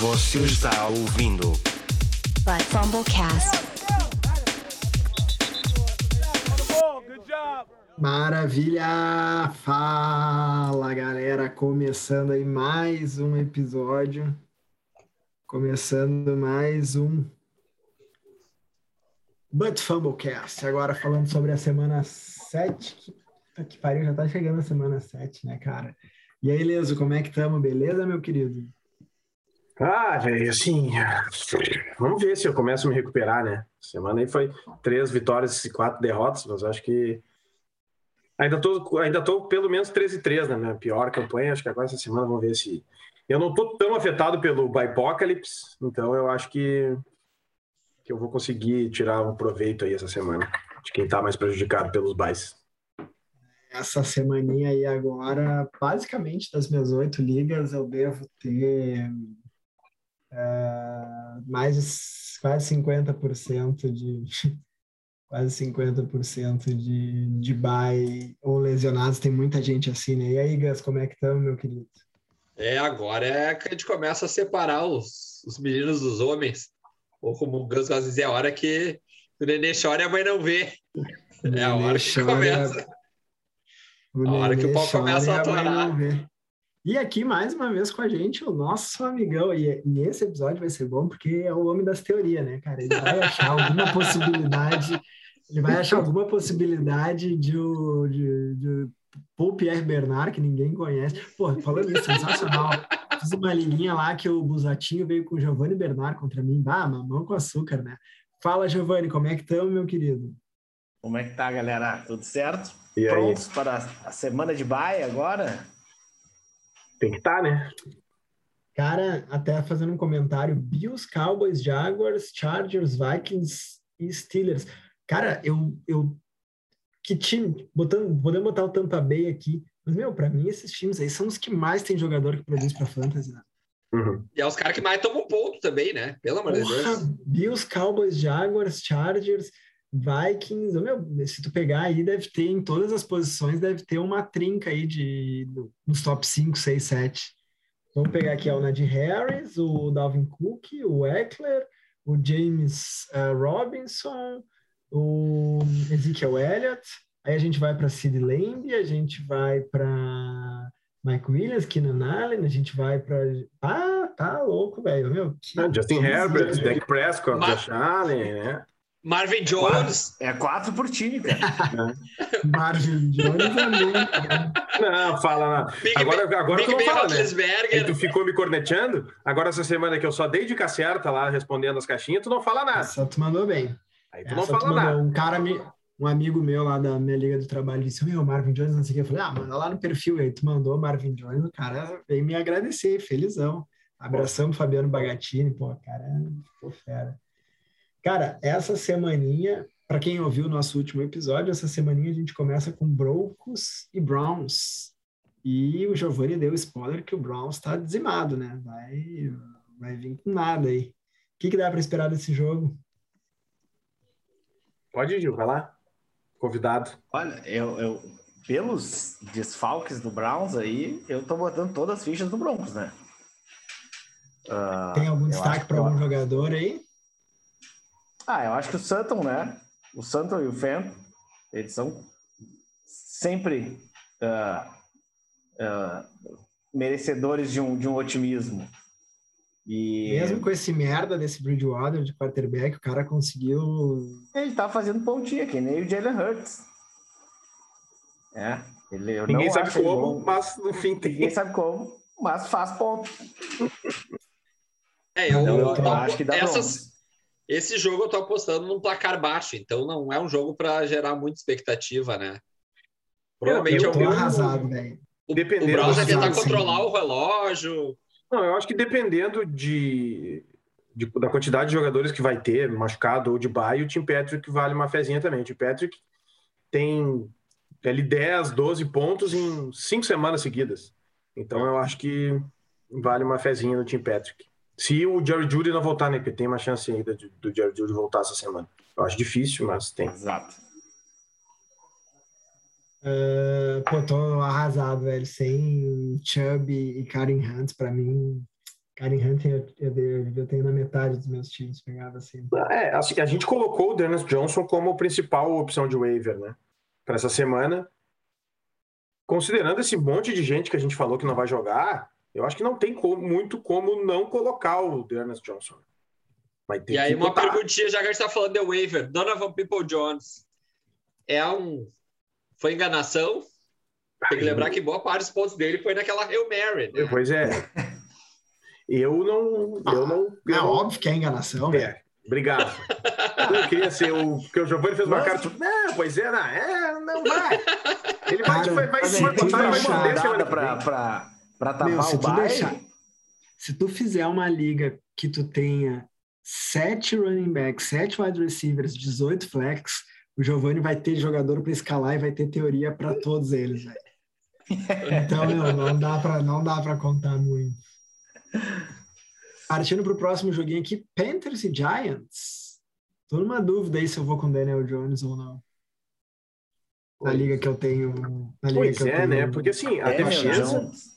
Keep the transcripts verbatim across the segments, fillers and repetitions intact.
Você está ouvindo But Fumblecast. Maravilha! Fala, galera! Começando aí mais um episódio. Começando mais um But Fumblecast. Agora falando sobre a semana sete. Que, que pariu, já tá chegando a semana sete, né, cara? E aí, Leso, como é que estamos? Beleza, meu querido? Ah, velho, assim, vamos ver se eu começo a me recuperar, né? Semana aí foi três vitórias e quatro derrotas, mas acho que ainda tô, ainda tô pelo menos treze e três na minha pior campanha. Acho que agora essa semana vamos ver se... Eu não tô tão afetado pelo Bipocalypse, então eu acho que, que eu vou conseguir tirar um proveito aí essa semana de quem tá mais prejudicado pelos buys. Essa semaninha aí agora, basicamente das minhas oito ligas, eu devo ter... Uh, mais quase cinquenta por cento de quase cinquenta por cento de, de bye ou lesionados, tem muita gente assim, né? E aí, Gus, como é que estamos, meu querido? É, agora é que a gente começa a separar os, os meninos dos homens, ou como o Gus gosta de dizer, a hora que o nenê chora e a mãe não vê. O é a hora que chora, começa. O a hora que o pau chora começa e a a mãe não atorar. vê. E aqui, mais uma vez com a gente, o nosso amigão. E, e esse episódio vai ser bom porque é o homem das teorias, né, cara? Ele vai achar alguma possibilidade, ele vai achar alguma possibilidade de, o- de, de Paul Pierre Bernard, que ninguém conhece. Pô, falando isso, sensacional. Fiz uma lininha lá que o Busatinho veio com o Giovanni Bernard contra mim. Ah, mamão com açúcar, né? Fala, Giovanni, como é que estamos, meu querido? Como é que tá, galera? Tudo certo? E aí? Prontos para a semana de bye agora? Tem que estar, né? Cara, até fazendo um comentário, Bills, Cowboys, Jaguars, Chargers, Vikings e Steelers. Cara, eu, eu que time, botando, podemos botar o Tampa Bay aqui, mas, meu, pra mim esses times aí são os que mais tem jogador que produz pra fantasy, né? Uhum. E é os caras que mais tomam ponto também, né? Pelo amor de Porra, Deus. Bills, Cowboys, Jaguars, Chargers, Vikings, meu, se tu pegar aí, deve ter em todas as posições, deve ter uma trinca aí de, nos top cinco, seis, sete. Vamos pegar aqui ó, o Najee Harris, o Dalvin Cook, o Eckler, o James uh, Robinson, o Ezekiel Elliott. Aí a gente vai para Sid Lamb, a gente vai para Mike Williams, Keenan Allen, a gente vai para... Ah, tá louco, velho. Meu, que, Ah, Justin que Herbert, zica, Dak Prescott, Mas- Josh Allen, né? Marvin Jones. É quatro por time, cara. Marvin Jones é muito, né? Não, fala não. Big Agora, Ben- agora Big tu não Ben fala, né? Aí Roethlisberger. tu ficou me corneteando. Agora essa semana que eu só dei dica certa lá, respondendo as caixinhas, tu não fala nada. Essa tu mandou bem. Aí tu não Essa tu fala mandou. nada. Um cara, me- um amigo meu lá da minha liga do trabalho disse, meu, Marvin Jones, não sei o que. Eu falei, ah, manda lá no perfil. E aí tu mandou Marvin Jones, o cara veio me agradecer, felizão. Abração pro Fabiano Bagatini, pô, cara, ficou fera. Cara, essa semaninha, para quem ouviu o nosso último episódio, essa semaninha a gente começa com Broncos e Browns. E o Giovanni deu spoiler que o Browns está dizimado, né? Vai, vai vir com nada aí. O que, que dá para esperar desse jogo? Pode ir, Gil, vai lá. Convidado. Olha, eu, eu pelos desfalques do Browns aí, eu tô botando todas as fichas do Broncos, né? Ah, Tem algum eu destaque acho- para eu- algum jogador aí? Ah, eu acho que o Sutton, né? O Sutton e o Fent, eles são sempre ah, ah, merecedores de um, de um otimismo. E Mesmo com esse merda desse Bridgewater de quarterback, o cara conseguiu... ele tá fazendo pontinha, que nem o Jalen Hurts. É, ele, eu Ninguém não sabe acho ele como, bom. mas no fim tem. Ninguém sabe como, mas faz ponto. É, eu, Então, eu, eu tô- acho que dá essas, esse jogo eu tô apostando num placar baixo, então não é um jogo para gerar muita expectativa, né? Provavelmente Eu tô é o, arrasado, velho. o, o Dependendo Browns vai do tentar jogo, sim. controlar o relógio. Não, eu acho que dependendo de, de- da quantidade de jogadores que vai ter, machucado ou de bye, o Tim Patrick vale uma fezinha também. O Tim Patrick tem ali dez, doze pontos em cinco semanas seguidas. Então eu acho que vale uma fezinha no Tim Patrick. Se o Jerry Jeudy não voltar, né? Porque tem uma chance ainda de- do Jerry Jeudy voltar essa semana. Eu acho difícil, mas tem. Exato. Uh, pô, tô arrasado, velho. Sem Chubb e Karen Hunt, pra mim, Karen Hunt eu, eu, eu tenho na metade dos meus times pegado assim. É, assim, a gente colocou o Dennis Johnson como principal opção de waiver, né? Para essa semana. Considerando esse monte de gente que a gente falou que não vai jogar, eu acho que não tem como, muito como não colocar o Dennis Johnson. Vai ter E aí, que uma botar. perguntinha, já que a gente tá falando de waiver. Donovan Peoples-Jones é um... Foi enganação? Tem que lembrar que boa parte dos pontos dele foi naquela Hail Mary, né? Pois é. Eu não... Eu não É eu, óbvio que é enganação, velho. É, obrigado. Eu queria ser o... Porque o Giovanni fez uma Mas- cara tipo, não, pois é, não, é, não vai. Ele vai, Cara, vai, vai, Mas vai, aí tem que vai, dar vai uma morder semana rodada que pra, vem. pra, pra Meu, tapar se o tu baile. deixar- Se tu fizer uma liga que tu tenha sete running backs, sete wide receivers, dezoito flex, o Giovanni vai ter jogador para escalar e vai ter teoria para todos eles, velho. Então, meu, não dá para não dá para contar muito. Partindo para o próximo joguinho aqui, Panthers e Giants. Tô numa dúvida aí se eu vou com Daniel Jones ou não. Na liga que eu tenho. Na liga Pois que eu é, tenho, né? Porque assim, a Daniel defesa... Jones.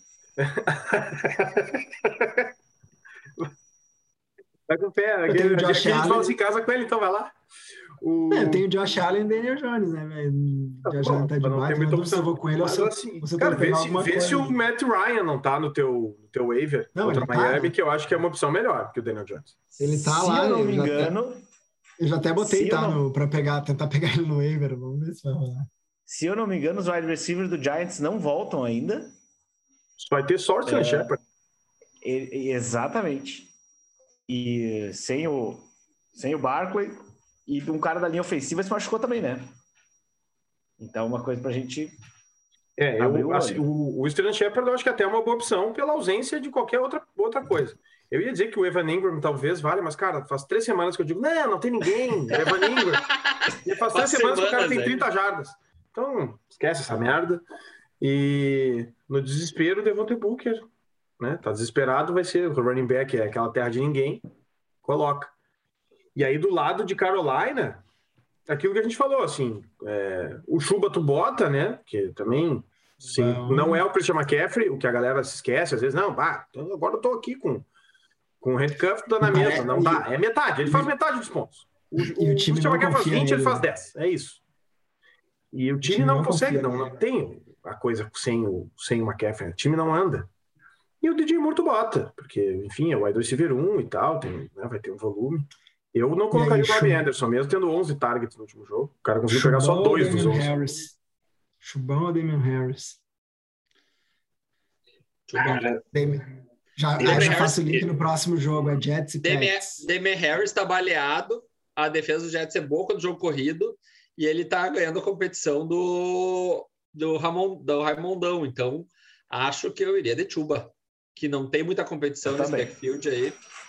Vai com o pé. Aqui, tenho o aqui a Josh gente Allen. fala assim, casa com ele, então vai lá. O... É, eu tenho o Josh Allen e o Daniel Jones, né, velho? O Josh Bom, Allen tá de mas não bate, tem não muita dúvida se eu vou com ele ou Mas, se eu, assim, ou se eu cara, tenho que vê pegar se, alguma vê coisa. se o Matt Ryan não tá no teu, no teu waiver Não, contra ele tá, Miami, né? que eu acho que é uma opção melhor que o Daniel Jones. Ele tá Se lá, eu não né? me Eu já até- engano, Eu já até botei, Se eu tá? não- No, pra pegar, tentar pegar ele no waiver. Vamos ver se vai rolar. se eu não me engano, os wide receivers do Giants não voltam ainda. Vai ter sorte, É. né, Shepard? E- exatamente. E sem o, sem o Barkley e um cara da linha ofensiva se machucou também, né? Então, uma coisa pra gente. É, Abriu eu, o assim, olho. o, o Sterling Shepard eu acho que até é uma boa opção pela ausência de qualquer outra, outra coisa. Eu ia dizer que o Evan Ingram talvez vale, mas, cara, faz três semanas que eu digo, não, não tem ninguém, o Evan Ingram. E faz três Faz semanas que o cara semanas, tem né? trinta jardas. Então, esquece essa merda. E no desespero, o Devontae Booker, né? Tá desesperado, vai ser o running back, é aquela terra de ninguém, coloca. E aí, do lado de Carolina, aquilo que a gente falou, assim, é, o Chuba tu bota, né? Que também, sim, Bom. não é o Christian McCaffrey, o que a galera se esquece, às vezes, não, bah, então agora eu tô aqui com, com o handcuff, tô na mesa. Não dá, é metade, ele faz metade dos pontos. O, E o time Christian não McCaffrey faz confia vinte, ele nele, faz né? dez, é isso. E o time, time não, não consegue, confia não, nele. não tem a coisa sem o, sem o McCaffrey, o time não anda. E o D J Moore tu bota, porque, enfim, é o wide receiver um e tal, tem, né, vai ter um volume. Eu não colocaria aí, o Robbie Chu- Anderson, mesmo tendo onze targets no último jogo. O cara conseguiu pegar só Chubão ou dois dos Damian onze. Harris? Chubão ou Damian Harris? Cara, Damian. Já, Damian aí já Harris- faço o link no próximo jogo, é Jets e Damian, Pats. Damian Harris tá baleado, a defesa do Jets é boa quando o jogo corrido, e ele tá ganhando a competição do, do, Ramon, do Raimondão. Então, acho que eu iria de Chuba, que não tem muita competição Eu nesse também. backfield aí.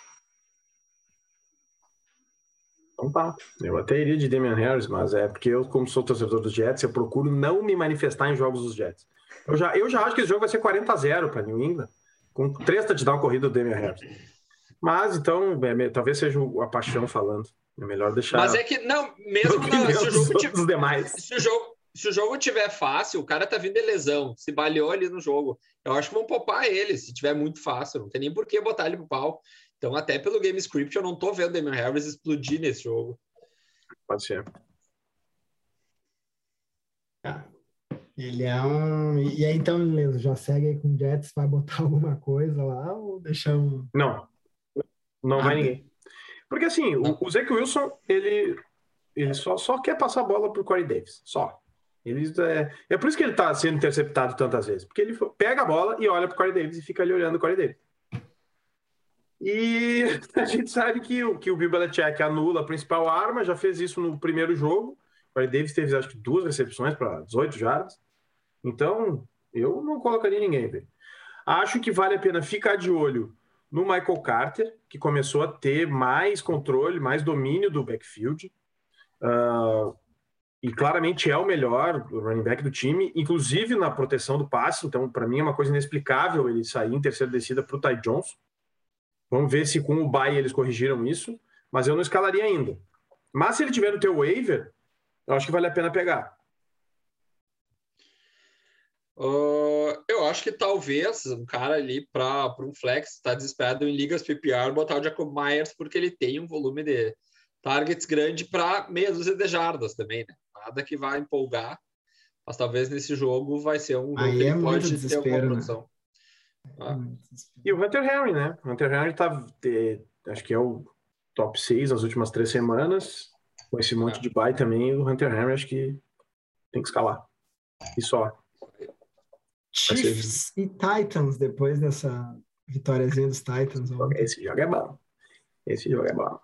Então tá. Eu até iria de Damian Harris, mas é porque eu, como sou torcedor dos Jets, eu procuro não me manifestar em jogos dos Jets. Eu já, eu já acho que esse jogo vai ser quarenta a zero para New England, com três touchdowns corridos do Damian Harris. Mas, então, é, talvez seja a paixão falando. É melhor deixar... Mas é que, não, mesmo a na, opinião se, o dos jogo tiver, outros demais. se, o jogo, se o jogo tiver fácil, o cara tá vindo de lesão, se baleou ali no jogo. Eu acho que vão poupar ele, se tiver muito fácil. Não tem nem por que botar ele pro pau. Então, até pelo game script, eu não tô vendo o Damian Harris explodir nesse jogo. Pode ser. Tá. Ele é um. E aí, então, Leandro, já segue aí com o Jets, vai botar alguma coisa lá ou deixamos. Não. Não Ah, vai tá. ninguém. Porque, assim, o, o Zach Wilson, ele, ele só, só quer passar a bola pro Corey Davis. Só. Ele, é, é por isso que ele tá sendo interceptado tantas vezes. Porque ele pega a bola e olha pro Corey Davis e fica ali olhando o Corey Davis. E a gente sabe que, o- que o Bill Belichick anula a principal arma, já fez isso no primeiro jogo. O Corey Davis teve, acho que, duas recepções para dezoito jardas. Então, eu não colocaria ninguém, velho. Acho que vale a pena ficar de olho no Michael Carter, que começou a ter mais controle, mais domínio do backfield. Ah, e claramente é o melhor running back do time, inclusive na proteção do passe. Então, para mim, é uma coisa inexplicável ele sair em terceira descida para o Ty Johnson. Vamos ver se com o bye eles corrigiram isso, mas eu não escalaria ainda. Mas se ele tiver no teu waiver, eu acho que vale a pena pegar. Uh, eu acho que talvez um cara ali para um flex está desesperado em ligas P P R botar o Jacob Myers, porque ele tem um volume de targets grande para meia dúzia de jardas também, né? Nada que vai empolgar, mas talvez nesse jogo vai ser um jogo Aí que é ele muito pode ter desespero, alguma né? produção. Ah, E o Hunter Henry, né? O Hunter Henry tá, é, acho que é o top seis nas últimas três semanas. Com esse monte É. de bye também, o Hunter Henry acho que tem que escalar. E só. Chiefs e Titans, depois dessa vitóriazinha dos Titans. ontem. Esse jogo é bom. Esse jogo é bom.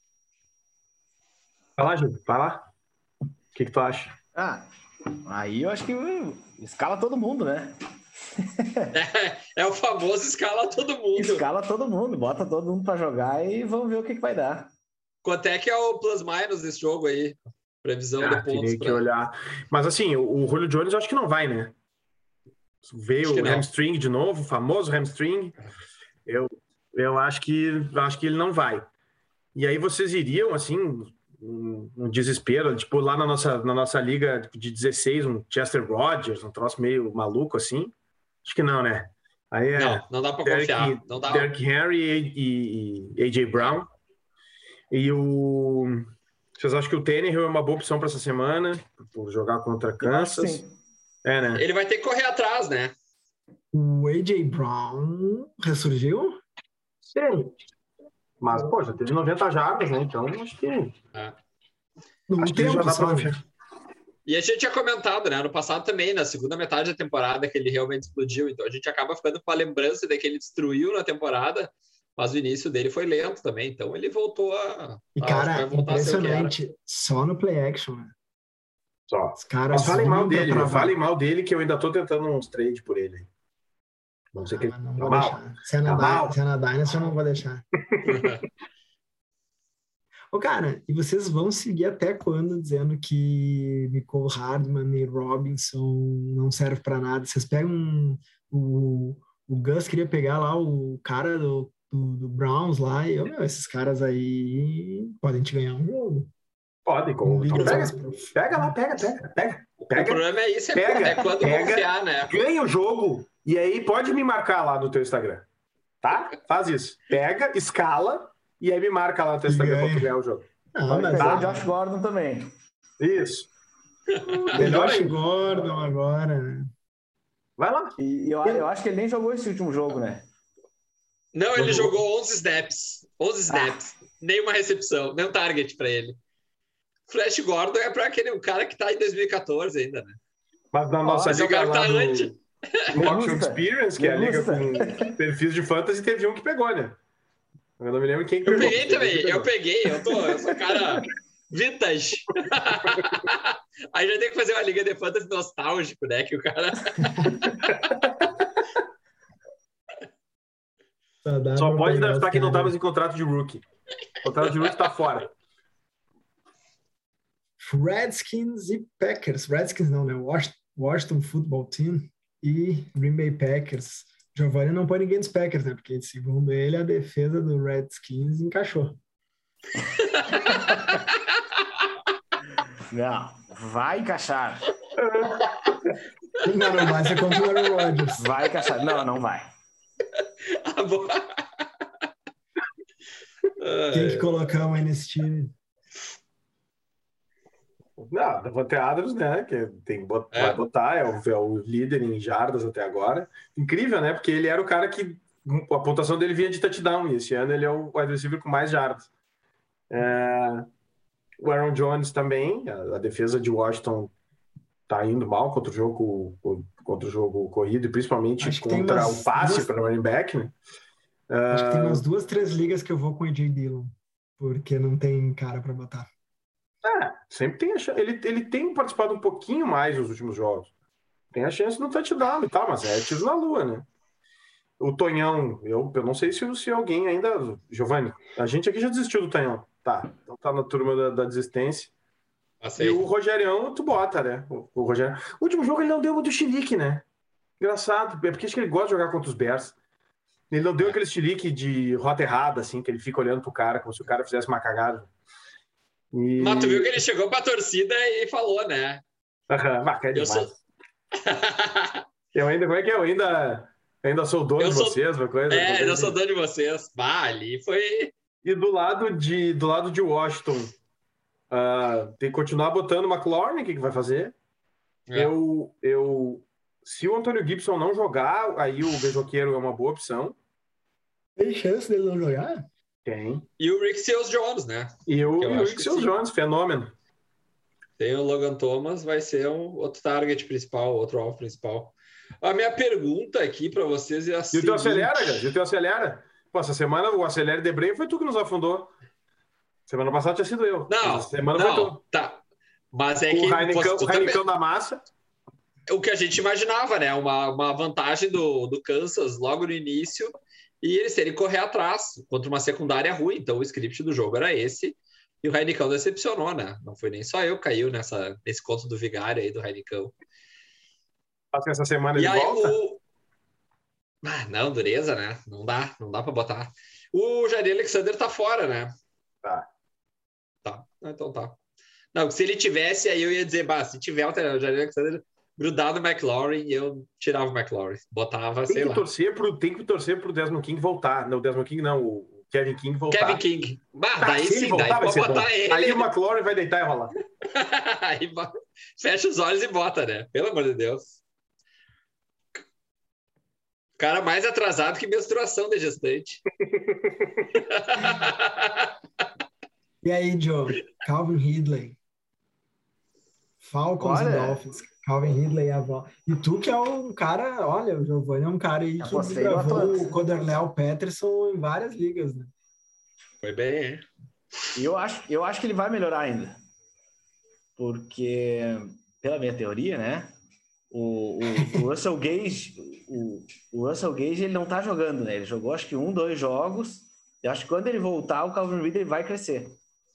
Vai lá, Júlio. Vai lá. O que, que tu acha? Ah, aí eu acho que escala todo mundo, né? É, é o famoso escala todo mundo. Escala todo mundo, bota todo mundo pra jogar e vamos ver o que, que vai dar. Quanto é que é o plus-minus desse jogo aí? Previsão Ah, de pontos. teria que pra... olhar. Mas assim, o, o Julio Jones eu acho que não vai, né? Veio Acho que o não. hamstring de novo, o famoso hamstring. Eu, eu acho que acho que ele não vai. E aí vocês iriam, assim, um, um desespero, tipo, lá na nossa, na nossa liga de dezesseis, um Chester Rogers, um troço meio maluco, assim? Acho que não, né? Aí é Não, não dá para Derrick, confiar. Não dá. Derrick Henry e, e A J Brown. E o... Vocês acham que o Tannehill é uma boa opção para essa semana? Por jogar contra Eu acho que Kansas? sim. É, né? Ele vai ter que correr atrás, né? O A J Brown ressurgiu? Sim. Mas, pô, já teve noventa jardas, né? Então, acho que... É. No Acho que já tempo dá só, pra né? confiar. E a gente tinha comentado, né? No passado também, na segunda metade da temporada, que ele realmente explodiu. Então a gente acaba ficando com a lembrança de que ele destruiu na temporada, mas o início dele foi lento também. Então ele voltou a. E, a- cara, vai voltar a ser o que era. impressionante. Só no play action, né? Só. Os caras Mas falem mal vêm pra dele, travar. falem mal dele, que eu ainda tô tentando uns trades por ele. Vamos dizer que Ah, ele não tá vou mal. deixar. Se é na, Tá mal. Dy- se é na Dynasty, eu não vou deixar. Ô, cara, e vocês vão seguir até quando dizendo que Nicole Hardman e Robinson não servem pra nada? Vocês pegam o, o Gus queria pegar lá o cara do, do, do Browns lá e eu, meu, esses caras aí podem te ganhar um jogo. Pode, Com com... ligas pega, mais profundas. pega lá, pega, pega, pega. O Pega, problema é isso, é, pega, é quando pega. confiar, né? ganha o jogo e aí pode me marcar lá no teu Instagram. Tá? Faz isso. Pega, escala e aí me marca lá no teu E Instagram ganha. pra tu ganhar o jogo. Não, Pode mas pegar tá. o Josh Gordon também. Isso. o Melhor Josh ainda. Gordon agora, né? Vai lá. E eu, eu acho que ele nem jogou esse último jogo, né? Não, ele Jogou. jogou onze snaps. onze snaps. Nenhuma recepção, nenhum target pra ele. Flash Gordon é pra aquele um cara que tá em dois mil e quatorze ainda, né? Mas na nossa Esse é o liga cara que lá tá do antes. no Auction gusta. Experience, que é a Me liga gusta. com perfis de fantasy, teve um que pegou, né? Eu não me lembro quem que Eu pegou. peguei mas teve um também, que eu pegou. peguei, eu, tô, eu sou cara vintage. Aí já tem que fazer uma liga de fantasy nostálgico, né? Que o cara. Só, dá Só pra pode pegar os draftar quem não tá caras. mais em contrato de rookie. O contrato de rookie tá fora. Redskins e Packers. Redskins não, né? Wash- Washington Football Team e Green Bay Packers. Giovanni não põe ninguém dos Packers, né? Porque, segundo ele, a defesa do Redskins encaixou. Não, vai encaixar. Não, não vai ser contra o Aaron Rodgers. Vai encaixar. Não, não vai. Ah, bom. Quem que colocamos aí nesse time? Não, Davante Adams, né? Que tem que bot- É. vai botar, é o, é o líder em jardas até agora. Incrível, né? Porque ele era o cara que a pontuação dele vinha de touchdown, e esse ano ele é o wide receiver com mais jardas. É, o Aaron Jones também, a, a defesa de Washington tá indo mal contra o jogo, contra o jogo corrido, e principalmente Acho que tem contra umas o passe duas- para o running back, né? Acho que tem umas duas, três ligas que eu vou com o A J Dillon, porque não tem cara pra botar. É, sempre tem a chance. Ele, ele tem participado um pouquinho mais nos últimos jogos. Tem a chance no touchdown e tal, mas é tiro na lua, né? O Tonhão, eu, eu não sei se, se alguém ainda. Giovanni, a gente aqui já desistiu do Tonhão. Tá, então tá na turma da, da desistência. Passei. E o Rogerião, tu bota, né? O, o, Rogério... o último jogo ele não deu muito chilique, né? Engraçado, é porque acho que ele gosta de jogar contra os Bears. Ele não deu aquele chilique de rota errada, assim, que ele fica olhando pro cara, como se o cara fizesse uma cagada. E... Mas tu viu que ele chegou pra torcida e falou, né? Aham, marca é Eu demais. sou- Eu ainda, como é que é? Eu ainda, ainda sou dono Eu de sou- vocês, uma coisa. É, uma eu coisa sou assim. dono de vocês. Bah, ali foi... E do lado de, do lado de Washington, ah, tem que continuar botando o McLaurin, o que, que vai fazer? É. Eu, eu, se o Antônio Gibson não jogar, aí o Beijoqueiro é uma boa opção. Tem chance dele não jogar? Tem. E o Rick Seals Jones, né? E o, Eu e o acho Rick que Seals sim. Jones, fenômeno. Tem o Logan Thomas, vai ser um outro target principal, outro alvo principal. A minha pergunta aqui para vocês é a E o seguinte... teu acelera, cara? E o teu acelera? Pô, essa semana o acelere de Breu foi tu que nos afundou. Semana passada tinha sido eu. Mas Não, essa semana foi não, tu. tá. Mas é O que Heineken, você, o tu Heineken também, da massa. o que a gente imaginava, né? Uma, uma vantagem do, do Kansas logo no início e eles terem que correr atrás contra uma secundária ruim. Então o script do jogo era esse e o Heineken decepcionou, né? Não foi nem só eu que caiu nessa, nesse conto do Vigário aí do Heineken. Acho que essa semana E ele aí volta. o... Ah, não, dureza, né? Não dá, não dá para botar. O Jair Alexander tá fora, né? Tá. Tá, então tá. Não, se ele tivesse, aí eu ia dizer, bah, se tiver o Jair Alexander grudado no McLaurin, eu tirava o McLaurin. Botava, Tem sei que lá. torcer pro, tem que torcer pro Desmond King voltar. Não, o Desmond King não, o Kevin King voltar. Kevin King. Bah, Ah, daí se ele sim, voltar, daí vai pode ser bom. botar ele. Aí o McLaurin vai deitar e rolar. Aí bo- fecha os olhos e bota, né? Pelo amor de Deus. Cara mais atrasado que menstruação de gestante. E aí, Joe? Calvin Ridley. Falcons Olha. e Dolphins. Calvin Ridley e a volta. E tu que é um cara, olha, o Giovanni é um cara aí que Apostei no gravou Atlanta. o Coderléo Peterson em várias ligas, né? Foi bem, hein? E eu acho, eu acho que ele vai melhorar ainda. Porque, pela minha teoria, né? O, o, o Russell Gage, o, o Russell Gage, ele não tá jogando, né? Ele jogou acho que um, dois jogos. Eu acho que quando ele voltar, o Calvin Ridley vai crescer.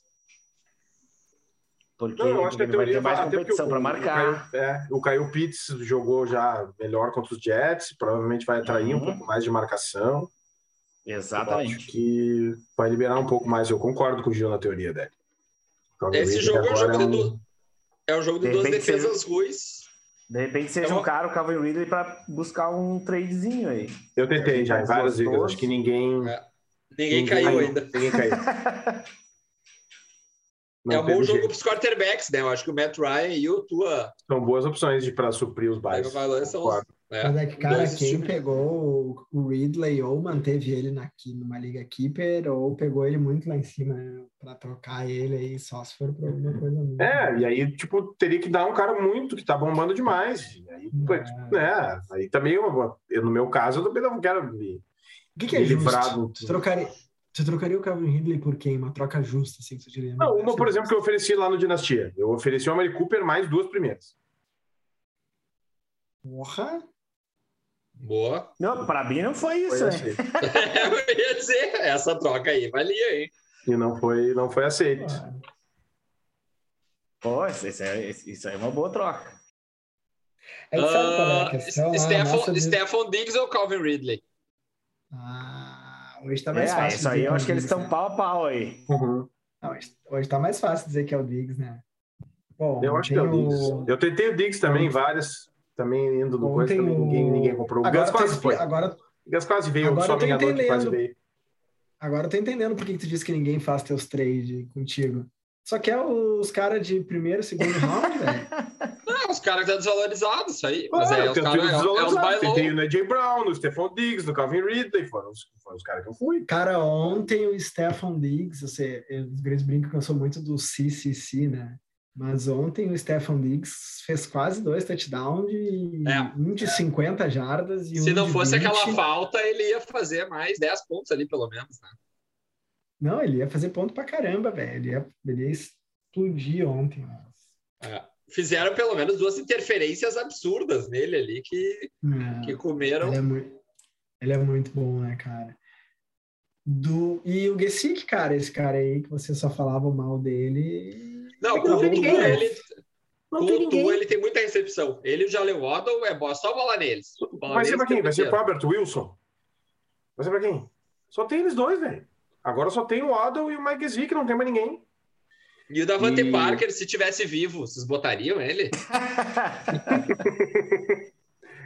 Porque, Não, eu acho que porque a ele vai teoria ter mais vai até competição porque para o- marcar. O Kyle, é, o Kyle Pitts jogou já melhor contra os Jets, provavelmente vai atrair Uhum. um pouco mais de marcação. Eu acho Exatamente. que vai liberar um pouco mais. Eu concordo com o Gil na teoria dele. Calvin Esse Ridley jogo é um agora jogo de, um- du... é um jogo de De duas repente defesas ruins. De repente seja Eu- um cara, o Calvin Ridley, para buscar um tradezinho aí. Eu tentei já em várias ligas, Gostoso. acho que ninguém. É. Ninguém caiu ainda. Ninguém caiu. Não É um bom teve jogo jeito. para os quarterbacks, né? Eu acho que o Matt Ryan e o Tua São boas opções para suprir os bairros. Valor são os, é, Mas é que, cara, dois quem times. pegou o Ridley ou manteve ele na, numa liga keeper ou pegou ele muito lá em cima, né? Pra trocar ele aí, só se for por alguma coisa muito. É, e aí, tipo, teria que dar um cara muito que tá bombando demais. E aí, pô, É. né? Aí também, eu, eu, no meu caso, eu também não quero me, O que, que é me justo? livrar do. Tu trocaria, tu trocaria o Calvin Ridley por quem? Uma troca justa, assim, que tu diria? Não, uma, essa por é exemplo, que eu ofereci lá no Dinastia. Eu ofereci o Amari Cooper mais duas primeiras. Porra! Boa. Não, para mim não foi isso, Foi né? aceito. Eu ia dizer, essa troca aí valia, hein? E não foi, não foi aceito. Pô, isso, isso, é, isso aí é uma boa troca. É que sabe qual é a Ah, questão? Ah, Stephon, nossa, diz- Stephon Diggs ou Calvin Ridley? Ah, hoje tá mais É, fácil. isso aí dizer eu que é acho o que eles Diggs, estão né? pau a pau aí. Uhum. Não, hoje, hoje tá mais fácil dizer que é o Diggs, né? Bom, Eu acho que é o tem Diggs. Eu tentei o Diggs também, várias. Também indo do coisa, Ontem também o- ninguém, ninguém comprou. O Agora, Gus eu tô quase expli- foi. agora, O Gus quase veio, Agora só eu tô ganhador que quase entendendo. veio. agora eu tô entendendo por que que tu disse que ninguém faz teus trades contigo. Só que é os caras de primeiro, segundo round, velho. Não, os caras estão desvalorizados, isso aí. Mas Claro, é, eu os tentei caras os é, é os desvalorizados. buy low. Tentei no A J Brown, no Stephon Diggs, no Calvin Ridley. Foram os, foram os caras que eu fui. Cara, ontem o Stephon Diggs, você, os grandes brincam que eu sou muito do C C C, né? Mas ontem o Stephon Diggs fez quase dois touchdowns de É. um de cinquenta jardas e Se um não de fosse vinte. aquela falta, ele ia fazer mais dez pontos ali, pelo menos, né? Não, ele ia fazer ponto pra caramba, velho. Ele ia, ele ia explodir ontem. Mas... É. Fizeram pelo menos duas interferências absurdas nele ali que, É, que comeram. ele, é muito, ele é muito bom, né, cara? Do, e o Gesick, cara, esse cara aí que você só falava mal dele. Não, Tá com o bom, Tua, né? ele, Não com tem o ninguém. Tua, ele tem muita recepção. Ele e o Jalen Waddle é bom, só bola neles. Bola Vai ser neles pra que quem? é Vai ser pro inteiro. Albert Wilson? Vai ser pra quem? Só tem eles dois, velho. Agora só tem o Waddle e o Mike Gesicki, não tem mais ninguém. E o Davante E- Parker, se tivesse vivo, vocês botariam ele?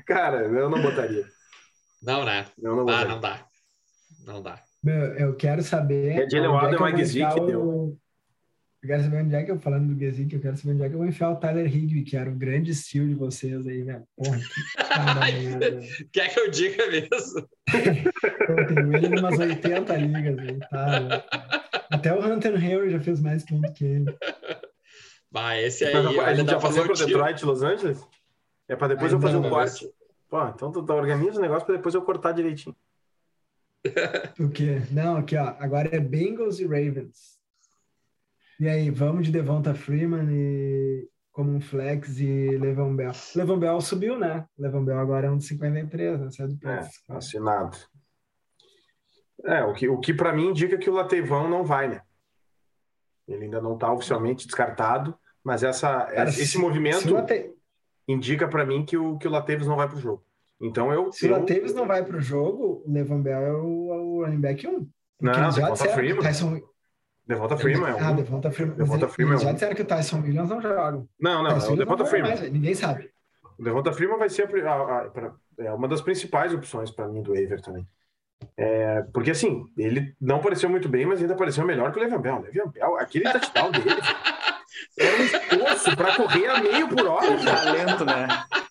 Cara, eu não botaria. Não, né? Eu não Ah, botaria. não dá. Não dá. Meu, eu quero saber. É Jalen onde Waddle que eu e vou Mike enfiar Gesicki, o- Eu quero saber onde é que eu, falando do Gesicki, eu quero saber onde é que eu vou enfiar o Tyler Higbee, que era o grande estilo de vocês aí, velho. Porra, que cara merda. Quer que eu diga mesmo? Eu tenho ele em umas oitenta ligas aí, tá? louco. Até o Hunter Henry já fez mais ponto que ele. Vai, esse aí, Mas a olha, gente dá já pra passou fazer para um tiro. Detroit e Los Angeles? É para depois Ai, eu fazer não, um mas- corte. Pô, então tu organiza o negócio para depois eu cortar direitinho. O quê? Não, aqui, ó. Agora é Bengals e Ravens. E aí, vamos de Devonta Freeman e como um flex e Le'Veon Bell. Le'Veon Bell subiu, né? Le'Veon Bell agora é um de cinquenta e três, né? Saiu do É, preço. assinado. É, o que, o que para mim indica que o Latevão não vai, né? Ele ainda não está oficialmente descartado, mas essa, Cara, esse se- movimento Se o, Late... indica para mim que o, que o Latavius não vai para o jogo. Então eu. se o eu... Latavius não vai pro jogo, o Le'Veon Bell é o, é o running back um. Porque Não, eles já Devonta disseram que o Freeman. Tyson... Devonta Freeman é um. Ah, Devonta Freeman. Devonta Mas ele- Freeman eles é já um. disseram que o Tyson Williams não joga. Não, não, Tyson é o Williams Devonta não joga Freeman. mais, velho. Ninguém sabe. O Devonta Freeman vai ser a, a, a, pra- é uma das principais opções para mim do waiver também. É, porque assim, ele não pareceu muito bem, mas ainda pareceu melhor que o Le'Veon Bell. O Le'Veon Bell, aquele touchdown dele era um esforço para correr a meio por hora. Talento, né?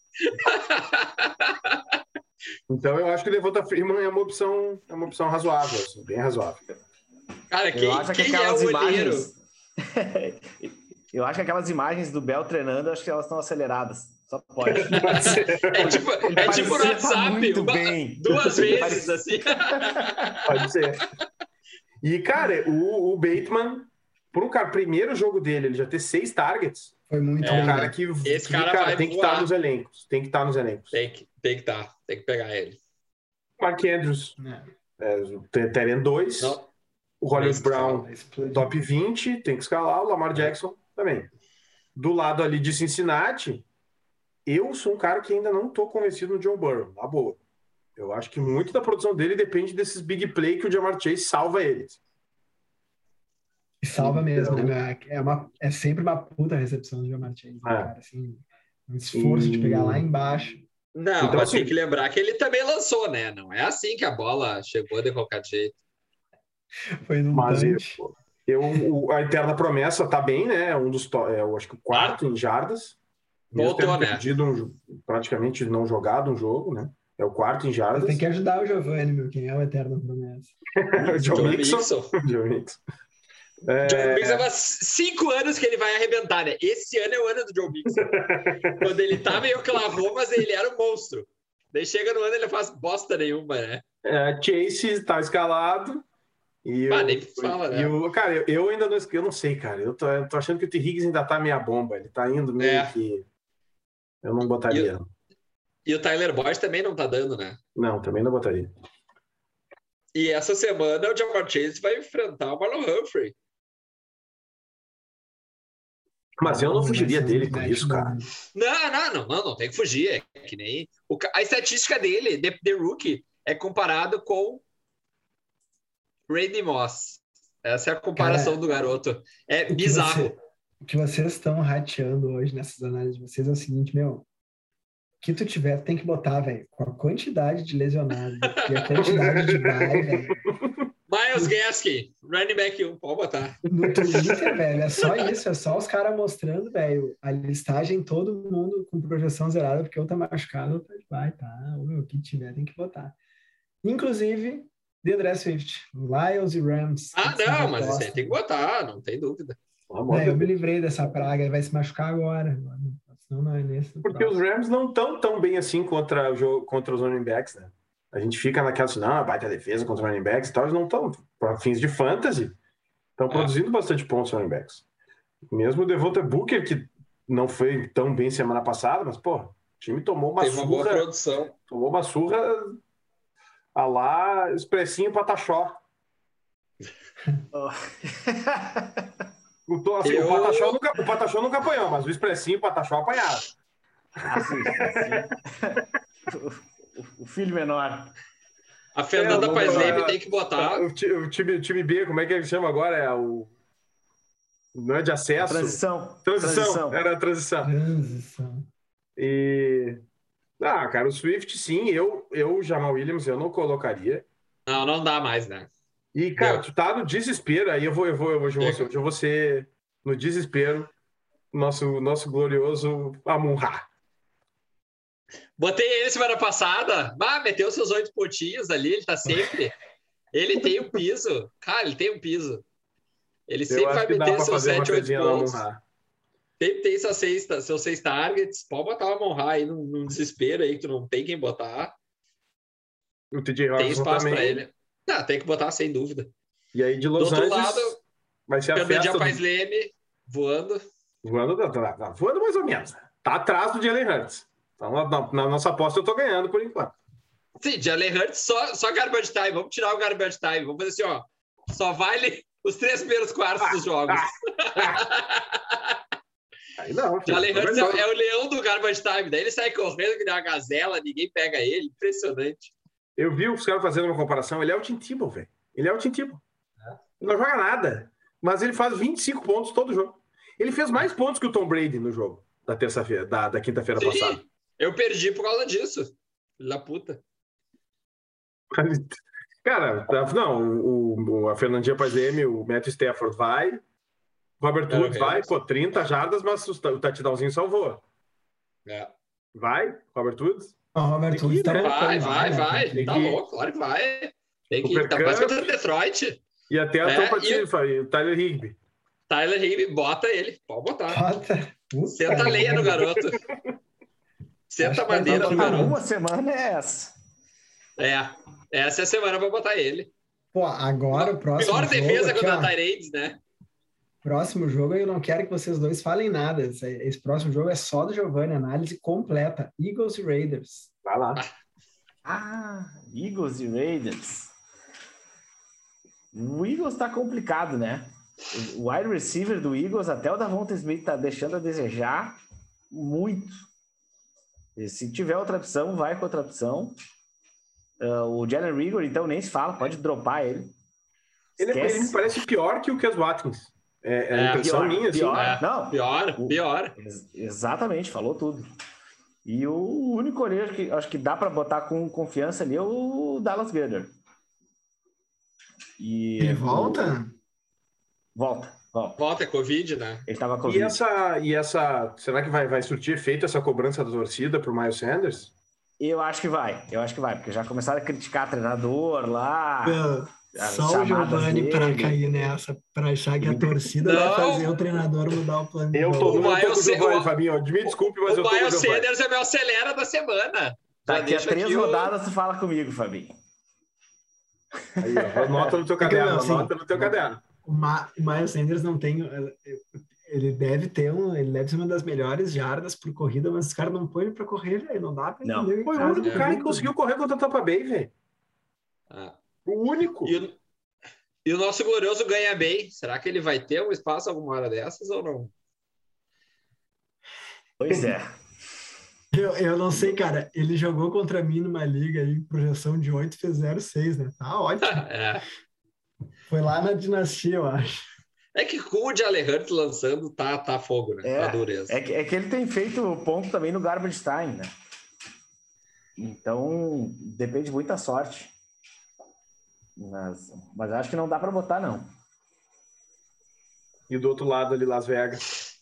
Então eu acho que o Devonta Freeman é uma opção, é uma opção razoável, assim, bem razoável. Cara, Eu quem, acho que quem é aquelas o olheiro? imagens. Eu acho que aquelas imagens do Bell treinando, acho que elas estão aceleradas. Só pode. É tipo, Ele é tipo no parecia tá WhatsApp, muito uma- bem. duas Ele vezes, parecia- assim. Pode ser. E, cara, o, o Bateman, por um cara, primeiro jogo dele, ele já ter seis targets, Foi muito é um bem. cara que, Esse que, cara cara, vai tem que voar. estar nos elencos. Tem que estar nos elencos. Tem que, tem que tá, tem que pegar ele. Mark Andrews, É. é, Terem dois. Não, O Hollywood Tem que Brown, Vai explodir. top vinte, tem que escalar. O Lamar Jackson também. Do lado ali de Cincinnati, eu sou um cara que ainda não estou convencido no Joe Burrow, na boa. Eu acho que muito da produção dele depende desses big play que o Jamar Chase salva eles. E salva mesmo, Então- né? meu? É, uma, é sempre uma puta recepção do Jamar Chase, né, É. cara? Assim, um esforço E- de pegar lá embaixo. não Então, mas tem assim- que lembrar que ele também lançou, né? Não é assim que a bola chegou de qualquer jeito. Foi num Mas eu, punch. eu, o- a Eterna Promessa tá bem, né? É um dos, to- é, eu acho que o quarto em jardas. Mesmo Voltou, tendo né? perdido um, jo- praticamente não jogado um jogo, né? É o quarto em jardas. Tem que ajudar o Giovanni, meu. Quem é o Eterno Promessa? o John Joe Mixon. Mixon. John Mixon. Joe Mixon faz cinco anos que ele vai arrebentar, né? Esse ano é o ano do Joe Mixon. Quando ele tava em Oklahoma, mas ele era um monstro. Daí chega no ano ele não faz bosta nenhuma, né? É, Chase tá escalado. E Ah, o- nem fala, né? e o, cara, eu, eu ainda não, eu não sei, cara. Eu tô, eu tô achando que o T. Higgins ainda tá meia bomba. Ele tá indo meio É. que. Eu não botaria. E o Tyler Boyd também não tá dando, né? Não, também não botaria. E essa semana o Jamar Chase vai enfrentar o Marlon Humphrey. Mas eu não Vai fugiria ser um dele por match isso, bom. cara. Não, não, não, não, não tem que fugir. É que nem. O, ca- a estatística dele, de, de rookie, é comparado com Randy Moss. Essa é a comparação Cara, do garoto. É O que bizarro. você- O que vocês estão rateando hoje nessas análises de vocês é o seguinte, meu. O que tu tiver, tem que botar, velho. Com a quantidade de lesionados e a quantidade de bye, velho. Miles Gaskin, running back um, pode botar. No Twitter, velho, é só isso, é só os caras mostrando, velho, a listagem, todo mundo com projeção zerada, porque ou tá machucado ou tá de vai, tá? Ou, meu, o que tiver tem que botar. Inclusive, DeAndre Swift, Lions e Rams. Ah, que vocês não, mas apostam? isso aí tem que botar, não tem dúvida. Pelo amor É, de eu me Deus. livrei dessa praga, ele vai se machucar agora. agora não- Senão não é nesse. no Porque os próximo. Rams não estão tão bem assim contra, o jogo, contra os running backs, né? A gente fica naquela assim, não, baita defesa contra os running backs e tal, eles não estão. Para fins de fantasy, estão É. produzindo bastante pontos running backs. Mesmo o Devonta Booker, que não foi tão bem semana passada, mas, pô, o time tomou uma Teve uma boa surra, produção. tomou uma surra a lá Expressinho Pataxó. O, to- assim, Eu- o, Pataxó nunca, o Pataxó nunca apanhou, mas o Expressinho e o Pataxó apanharam. Assim, assim. O, o filho menor. A Fernanda É, eu vou Paisley botar- tem que botar. O, ti- o time, o time B, como é que ele chama agora? É o. Não é de acesso? Transição. Transição. Transição. Era a transição. Transição. E. Ah, cara, o Swift, sim. Eu, eu Jamal Williams, eu não colocaria. Não, não dá mais, né? E, cara, Deu. tu tá no desespero. Aí eu vou, eu vou, eu vou, hoje eu vou, Chega. hoje eu vou ser no desespero. Nosso, nosso glorioso Amun-Ra. Botei ele semana passada. Bah, meteu seus oito pontinhos ali, ele tá sempre. Ele tem o piso. Cara, ele tem o piso. Ele Eu sempre acho vai que dá meter pra seus fazer uma sete, oito coisinha no pontos. Amun-Ra. Sempre tem seus seis, seus seis targets. Pode botar o Amon-Ra aí num, num desespero aí, que tu não tem quem botar. O T J Tem Hawkinson espaço também. pra ele. Não, tem que botar sem dúvida. E aí, de Do Los outro Angeles, lado, vai ser a Fernandinho festa do... Paes Leme voando. Voando, tá, tá, tá voando mais ou menos. Tá atrás do Jalen Hurts. Então, na, na nossa aposta, eu tô ganhando por enquanto. Sim, Jalen Hurts só, só garbage time. Vamos tirar o garbage time. Vamos fazer assim, ó. Só vale os três primeiros quartos dos jogos. Aí não, filho, Jalen tô Hurts ganhando. é, é o leão do garbage time. Daí ele sai correndo que nem uma gazela, ninguém pega ele. Impressionante. Eu vi os caras fazendo uma comparação. Ele é o Tim Tebow, velho. Ele é o Tim Tebow. Ele não joga nada. Mas ele faz vinte e cinco pontos todo jogo. Ele fez mais pontos que o Tom Brady no jogo da terça-feira, da, da quinta-feira Sim, passada. eu perdi por causa disso. Filho da puta. Cara, não, o, o, a Fernandinha Paes Leme, o Matthew Stafford vai, Robert Quero Woods vai, Rams. pô, trinta jardas, mas o touchdownzinho salvou. É. Vai, Robert Woods? O Robert Tem que Woods ir, tá né? voltando Vai, lá, vai, né? vai. Tem Tá que ir. louco, claro que vai. Tem que ir. Super Tá mais Cup. contra Detroit. E até a É, tropa e de o Tyler Higbee. Tyler Higby, bota ele. Pode botar. Bota. Puta Senta a lenha no merda. garoto. Senta Acho a que vai madeira dar no pra garoto. Uma semana é essa. É. Essa é a semana pra botar ele. Pô, agora o próximo Pior jogo defesa aqui, contra ó, a Tyrants, né? próximo jogo eu não quero que vocês dois falem nada. Esse, esse próximo jogo é só do Giovanni, análise completa. Eagles e Raiders. Vai lá. Ah, Eagles e Raiders. O Eagles tá complicado, né? O wide receiver do Eagles, até o Davonta Smith tá deixando a desejar muito. E se tiver outra opção, vai com outra opção. Uh, o Jalen Rigor, então, nem se fala, pode dropar ele. Ele, Esquece. ele me parece pior que o Kes Watkins. É, é a É, impressão pior, minha, assim. pior. É, Não. pior, O- pior. Ex- exatamente, falou tudo. E o único ali que acho que dá para botar com confiança ali é o Dallas Goedert. E Ele o- volta? Volta, volta. Volta, é Covid, né? Ele tava com E essa, e essa. Será que vai, vai surtir efeito essa cobrança da torcida pro Miles Sanders? Eu acho que vai, eu acho que vai, porque já começaram a criticar treinador lá. Meu, as só o chamadas Giovanni para dele. cair nessa, para achar que a torcida vai Não. fazer o treinador mudar o plano de Eu jogo. tô, O eu tô com o Miles- Giovanni, o- Fabinho. Me desculpe, mas O eu tô com o Miles Giovanni. Sanders é meu acelera da semana. Já Daqui a deixa três aqui o- rodadas tu fala comigo, Fabinho. Aí, ó, anota no teu É que, caderno, assim, anota no teu caderno. O, Ma, o Miles Sanders não tem. Ele deve ter um. Ele deve ser uma das melhores jardas por corrida, mas os caras não põem ele pra correr, velho. Não dá pra Não. entender. Foi o cara. único É. cara que conseguiu correr contra o Tampa Bay, velho. Ah. O único. E o, e o nosso glorioso ganha bem. Será que ele vai ter um espaço alguma hora dessas ou não? Pois é. Eu, eu não sei, cara. Ele jogou contra mim numa liga aí, projeção de oito, fez zero seis, né? Tá ótimo. É. Foi lá na dinastia, eu acho. É que com o Jalen Hurts lançando, tá, tá fogo, né? É, Tá dureza. é, que, é que ele tem feito ponto também no garbage time, né? Então, depende muito da sorte. Mas, mas acho que não dá para botar, não. E do outro lado ali, Las Vegas.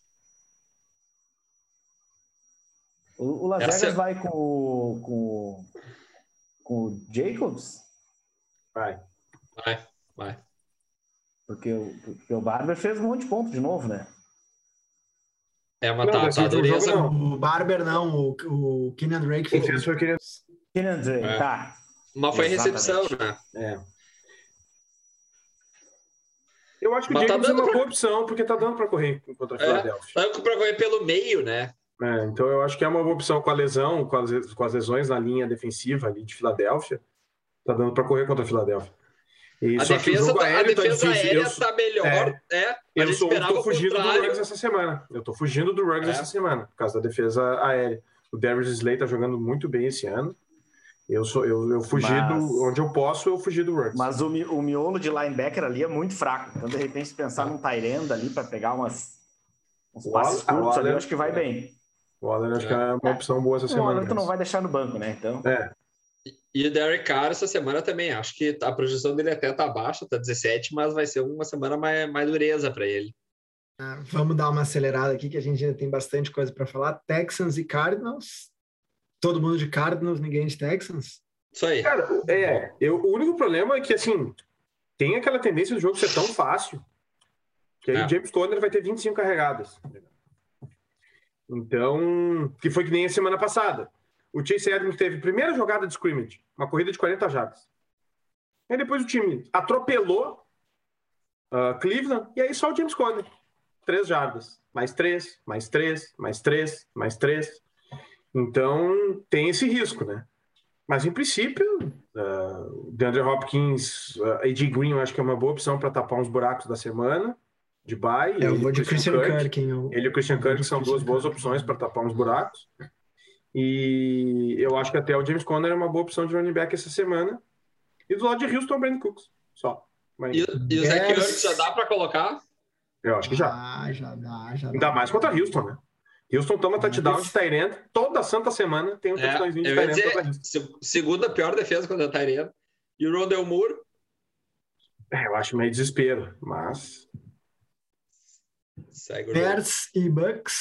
O, o Las Essa- Vegas vai com o, com, o- com o Jacobs, Vai. Vai, vai. porque o, porque o Barber fez um monte de ponto de novo, né? É uma Não, tá, desse tá último dureza. jogo, não. O Barber não, o, o Kenyan Drake Quem fez. fez foi aquele. Kenan Drake, É. tá. Mas foi Exatamente. recepção, né? É. Eu acho que o Mas tá Jacobs é dando uma pra- boa opção, porque tá dando para correr contra a É. Filadélfia. Tá pra correr pelo meio, né? É, então eu acho que é uma boa opção com a lesão, com as, com as lesões na linha defensiva ali de Filadélfia. Tá dando para correr contra a Filadélfia. E A só que o defesa, jogo tá- a aéreo tá defesa difícil. aérea Eu, tá melhor. É, a eu gente sou, eu esperava tô o fugindo do contrário. Ruggs essa semana. Eu tô fugindo do Ruggs É. essa semana, por causa da defesa aérea. O Darius Slay tá jogando muito bem esse ano. Eu, sou, eu, eu fugi Mas- do... Onde eu posso, eu fugi do Ruggs. Mas o, mi- o miolo de linebacker ali é muito fraco. Então, de repente, se pensar num Tyrande ali para pegar umas, uns O passes Waller- curtos ali, Waller- eu acho que vai bem. O Waller acho que é uma opção boa essa O semana. Waller tu não mesmo. vai deixar no banco, né? Então, É, E o Derek Carr essa semana também. Acho que a projeção dele até tá baixa, tá dezessete, mas vai ser uma semana mais, mais dureza para ele. Vamos dar uma acelerada aqui, que a gente ainda tem bastante coisa para falar. Texans e Cardinals. Todo mundo de Cardinals, ninguém de Texans. Isso aí. cara, é, eu, o único problema é que, assim, tem aquela tendência do jogo ser tão fácil que aí É. o James Conner vai ter vinte e cinco carregadas. Então, que foi que nem a semana passada. O Chase Edmonds teve primeira jogada de scrimmage, uma corrida de quarenta jardas. Aí depois o time atropelou uh, Cleveland, e aí só o James Conner. Três jardas. Mais três, mais três, mais três, mais três. Então, tem esse risco, né? Mas, em princípio, uh, DeAndre Hopkins, uh, A J Green, eu acho que é uma boa opção para tapar uns buracos da semana, de bye. Eu Ele vou e o de Christian Kirk. Kirk. hein? Eu- Ele e o Christian eu vou Kirk de são Christian duas boas Kirk. opções para tapar uns buracos. E eu acho que até o James Conner é uma boa opção de running back essa semana. E do lado de Houston, o Brandon Cooks. Só. Mas E, e o Zach Bears. Ertz já dá para colocar? eu acho que já. Ah, já dá, já dá. Ainda mais contra Houston, né? Houston toma touchdown de tight end. Toda santa semana tem um É, touchdownzinho de eu ia tight end dizer, contra Houston. se- segunda pior defesa contra o Tyrene. E o Rondell Moore? É, eu acho meio desespero, mas... Segue o jogo. Bears e Bucks.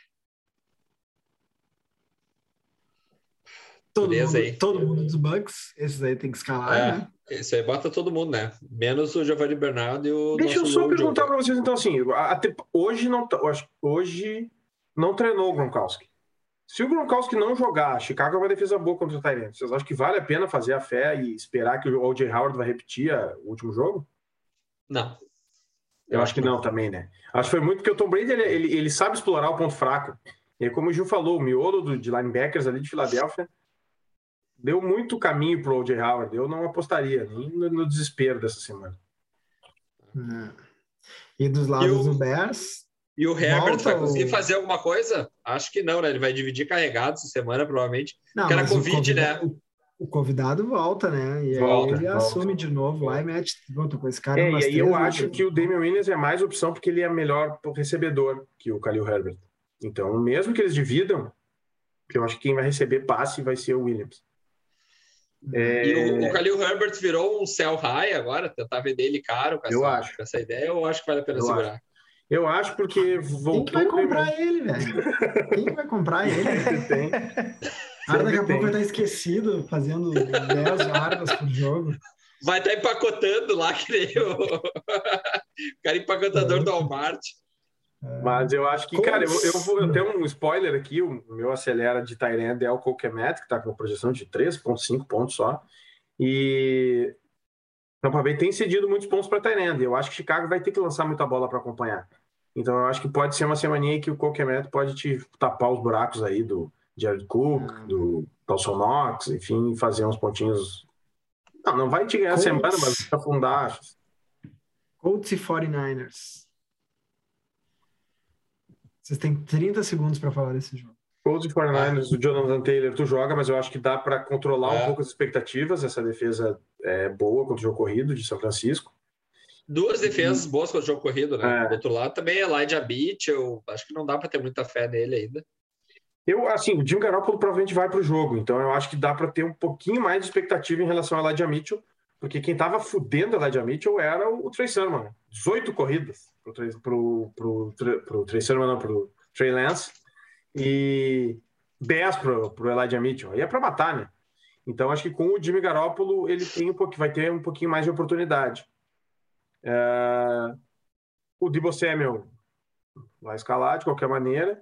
Todo Beleza mundo, aí. todo mundo dos Bucks. Esses aí tem que escalar, É, né? isso aí bota todo mundo, né? Menos o Giovanni Bernardo e o Deixa eu nosso só Road perguntar Joker. para vocês, então, assim, até hoje não, eu acho, hoje não treinou o Gronkowski. Se o Gronkowski não jogar, Chicago é uma defesa boa contra o Tyrant. Vocês acham que vale a pena fazer a fé e esperar que o O J Howard vai repetir a- o último jogo? Não. Eu acho que não também, né? Acho que foi muito porque o Tom Brady, ele, ele, ele sabe explorar o ponto fraco. E aí, como o Gil falou, o miolo do, de linebackers ali de Filadélfia deu muito caminho pro O J Howard. Eu não apostaria, nem no, no desespero dessa semana. É. E dos lados E o- do Bears, E o Herbert Volta vai o- conseguir fazer alguma coisa? Acho que não, né? Ele vai dividir carregado essa semana, provavelmente. não, Que era mas o Covid, convida- né? O, o convidado volta, né? E Volta, aí ele volta. assume de novo lá e mete. Volta com esse cara. É, umas e aí três eu acho vezes. que o Damian Williams é mais opção porque ele é melhor recebedor que o Khalil Herbert. Então, mesmo que eles dividam, eu acho que quem vai receber passe vai ser o Williams. É, E o, o Khalil Herbert virou um sell high agora, tentar vender ele caro com essa, Eu acho. com essa ideia, eu acho que vale a pena Eu segurar. eu acho porque Quem que voltou vai o Damian- comprar ele, velho? Quem que vai comprar ele? Sempre tem. O cara daqui a Sempre pouco tem. vai estar esquecido, fazendo dez jardas por jogo. Vai estar empacotando lá, que nem o, o cara empacotador do Walmart. Mas eu acho que, cara, eu, eu vou eu Colts. tenho um spoiler aqui, o meu acelera de Tyrande é o Cole Kmet, que está com uma projeção de três vírgula cinco pontos só. E Tampa Bay tem cedido muitos pontos para Tyrande. Eu acho que Chicago vai ter que lançar muita bola para acompanhar. Então eu acho que pode ser uma semaninha que o Cole Kmet pode te tapar os buracos aí do Jared Cook, do Dawson Knox, enfim, fazer uns pontinhos. Não, não vai te ganhar a Colts. semana, mas vai afundar, acho. Colts e forty-niners. Vocês têm trinta segundos para falar desse jogo. Colts e forty-niners, o Jonathan Taylor, tu joga, mas eu acho que dá para controlar É. um pouco as expectativas. Essa defesa é boa contra o jogo corrido de São Francisco. Duas defesas boas contra o jogo corrido, né? É. Do outro lado também Elijah Beach, eu acho que não dá para ter muita fé nele ainda. Eu, assim, o Jim Garoppolo provavelmente vai para o jogo, então eu acho que dá para ter um pouquinho mais de expectativa em relação ao Elijah Mitchell, porque quem estava fudendo o Elijah Mitchell era o, o Trey Sermon. dezoito corridas para o pro, pro, pro Trey Sermon, não, para o Trey Lance, e dez para o Elijah Mitchell. Aí é para matar, né? Então acho que com o Jimmy Garoppolo ele tem um pouquinho, vai ter um pouquinho mais de oportunidade. É... O Deebo Samuel vai escalar de qualquer maneira.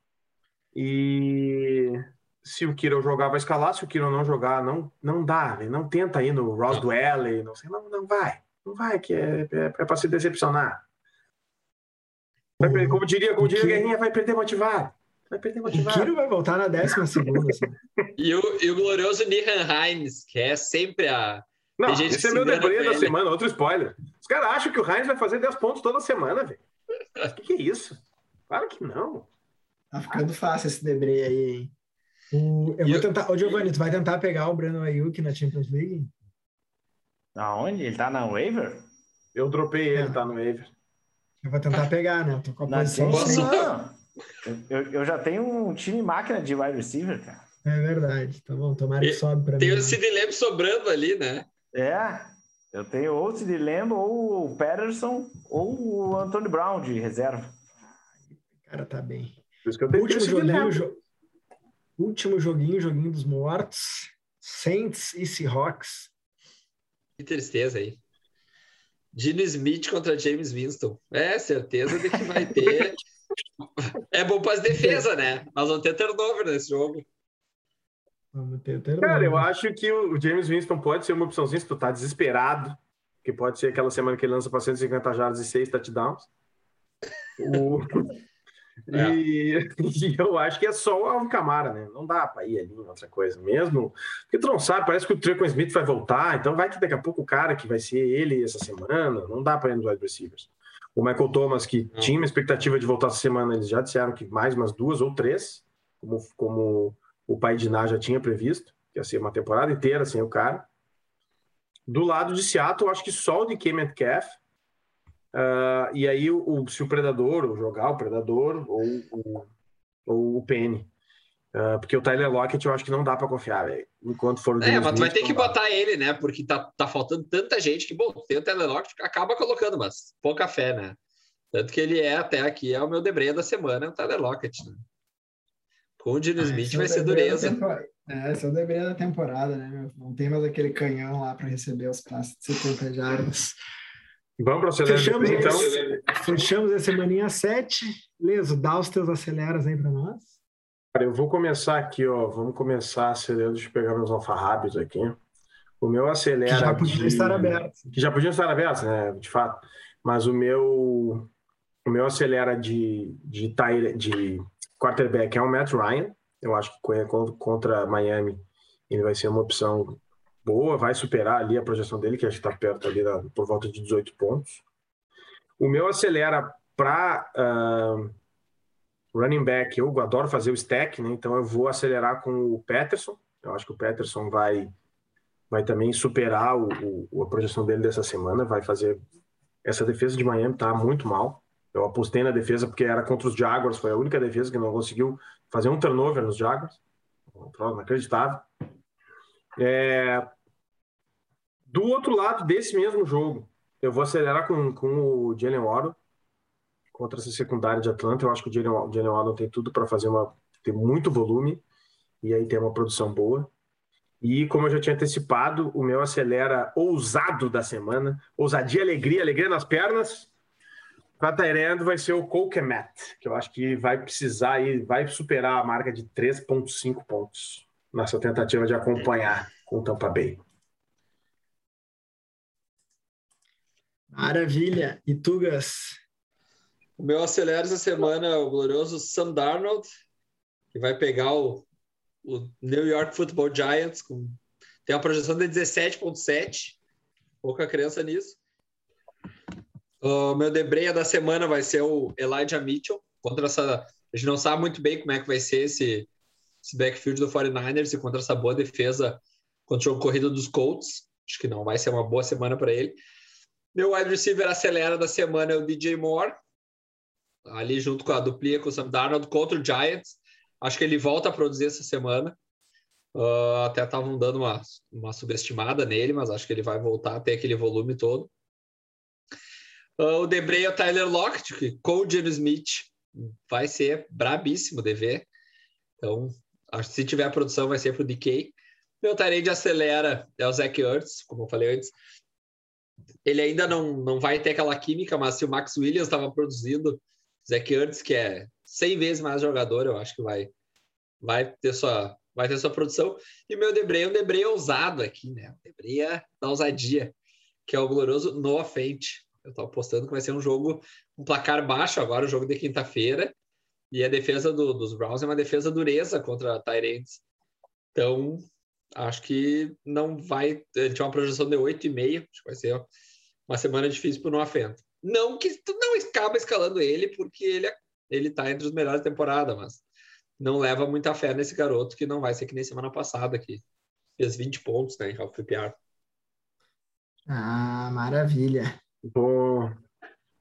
E se o Kiro jogar, vai escalar. Se o Kiro não jogar, não, não dá. Né? Não tenta ir no Ross Dwelley. Não, sei, não, não vai. Não vai, que é, é, é para se decepcionar. Vai perder, como diria, como diria Kiro- Guerrinha, vai perder motivado. Vai perder O motivado. Kiro vai voltar na décima segunda. Assim. E o, e o glorioso Nihan Hines, que é sempre a. Não, Tem gente que esse é se meu engana debré com da ele. semana, outro spoiler. Os caras acham que o Heinz vai fazer dez pontos toda semana, velho. O que, que é isso? Claro que não. Tá ficando fácil esse debré aí, hein? O, eu E vou eu- tentar. Ô, Giovanni, tu vai tentar pegar o Brandon Ayuk na Champions League? Aonde? Ele tá na waiver? Eu dropei ele, É. tá no waiver. Eu vou tentar pegar, né? Eu tô com a Na posição Posso- sem. Não. Eu, eu já tenho um time máquina de wide receiver, cara. É verdade. Tá bom, tomara que E sobe pra Tem mim. o Sid Lamb sobrando ali, né? É, eu tenho ou o Sid Lamb, ou o Patterson, ou o Anthony Brown de reserva. Cara, tá bem. Por isso que eu tenho Último esse joguinho, dilema. jo... Último joguinho, joguinho dos mortos. Saints e Seahawks. Que tristeza aí. Gino Smith contra James Winston. É, certeza de que vai ter. É bom para as defesas, né? Nós vamos ter turnover nesse jogo. Vamos ter o Cara, eu acho que o James Winston pode ser uma opçãozinha se tu tá desesperado, que pode ser aquela semana que ele lança para cento e cinquenta jardas e seis touchdowns. O... É. E... e eu acho que é só o Alvin Kamara, né? Não dá para ir ali em outra coisa mesmo. Porque tu não sabe, parece que o Tre'Quan Smith vai voltar, então vai que daqui a pouco o cara que vai ser ele essa semana, não dá para ir nos wide receivers. O Michael Thomas, que Não. tinha uma expectativa de voltar essa semana, eles já disseram que mais umas duas ou três, como, como o pai de Ná já tinha previsto, que ia ser uma temporada inteira sem o cara. Do lado de Seattle, eu acho que só o D K Metcalf. Uh, e aí, o, o, se o Predador, ou jogar o Predador, ou, o, ou o Penny. Uh, porque o Tyler Lockett eu acho que não dá para confiar, velho. Enquanto for o É, James mas tu vai Smith, ter que não dá. botar ele, né? Porque tá, tá faltando tanta gente que, bom, tem o Telelock, acaba colocando, mas pouca fé, né? Tanto que ele é, até aqui, é o meu debreia da semana, é o Tyler Lockett, né? Com o Gino Smith vai ser dureza. É, esse é o deveria da temporada, né, meu? Não tem mais aquele canhão lá para receber os passes de setenta jardas. Vamos para o Acelera Fechamos, então. esse, fechamos a semaninha sete. Leso, dá os teus aceleras aí para nós. Cara, eu vou começar aqui, ó. Vamos começar acelerando. Deixa eu pegar meus alfarrábios aqui. O meu acelera. Que já podiam de... estar abertos. Que já podiam estar abertos, né? De fato. Mas o meu. O meu acelera de, de, tire... de quarterback é o Matt Ryan. Eu acho que contra Miami ele vai ser uma opção boa, vai superar ali a projeção dele, que acho que está perto ali da, por volta de dezoito pontos. O meu acelera para uh, running back, eu adoro fazer o stack, né? Então eu vou acelerar com o Patterson. Eu acho que o Patterson vai, vai também superar o, o, a projeção dele dessa semana, vai fazer... Essa defesa de Miami está muito mal. Eu apostei na defesa porque era contra os Jaguars, foi a única defesa que não conseguiu fazer um turnover nos Jaguars. Inacreditável. É... Do outro lado desse mesmo jogo, eu vou acelerar com, com o Jalen Waddle contra essa secundária de Atlanta. Eu acho que o Jalen, o Jalen Waddle tem tudo para fazer uma... ter muito volume e aí ter uma produção boa. E como eu já tinha antecipado, o meu acelera ousado da semana, ousadia, alegria, alegria nas pernas, para Tyrande vai ser o Cole Kmet, que eu acho que vai precisar e vai superar a marca de três vírgula cinco pontos nessa tentativa de acompanhar com o Tampa Bay. Maravilha. E tu, Gus? O meu acelera essa semana é o glorioso Sam Darnold, que vai pegar o, o New York Football Giants, com, tem uma projeção de dezessete vírgula sete, pouca crença nisso. O meu debreia da semana vai ser o Elijah Mitchell, contra essa... A gente não sabe muito bem como é que vai ser esse, esse backfield do forty-niners e contra essa boa defesa contra o jogo corrido dos Colts. Acho que não vai ser uma boa semana para ele. Meu wide receiver acelera da semana é o D J Moore, ali junto com a duplinha com o Sam Darnold contra o Giants. Acho que ele volta a produzir essa semana. Uh, até estavam dando uma, uma subestimada nele, mas acho que ele vai voltar a ter aquele volume todo. Uh, o Debray é o Tyler Lockett, que com o Geno Smith vai ser brabíssimo de ver. Então, acho que se tiver produção vai ser para o D K. Meu Tyrande acelera é o Zach Ertz, como eu falei antes. Ele ainda não, não vai ter aquela química, mas se o Max Williams estava produzindo, Zach Ertz, que é cem vezes mais jogador, eu acho que vai, vai, ter, sua, vai ter sua produção. E meu Debray é um Debray ousado aqui, né? O Debray é da ousadia, que é o glorioso Noah Fant. Eu estou apostando que vai ser um jogo, um placar baixo agora, o jogo de quinta-feira. E a defesa do, dos Browns é uma defesa dureza contra Tyrants. Então, acho que não vai... Ele tinha uma projeção de oito e meio. Acho que vai ser uma semana difícil para o Noah Fant. Não que tu não acaba escalando ele, porque ele ele está entre os melhores da temporada, mas não leva muita fé nesse garoto, que não vai ser que nem semana passada, que fez vinte pontos, né, em half P P R. Ah, maravilha. Bom,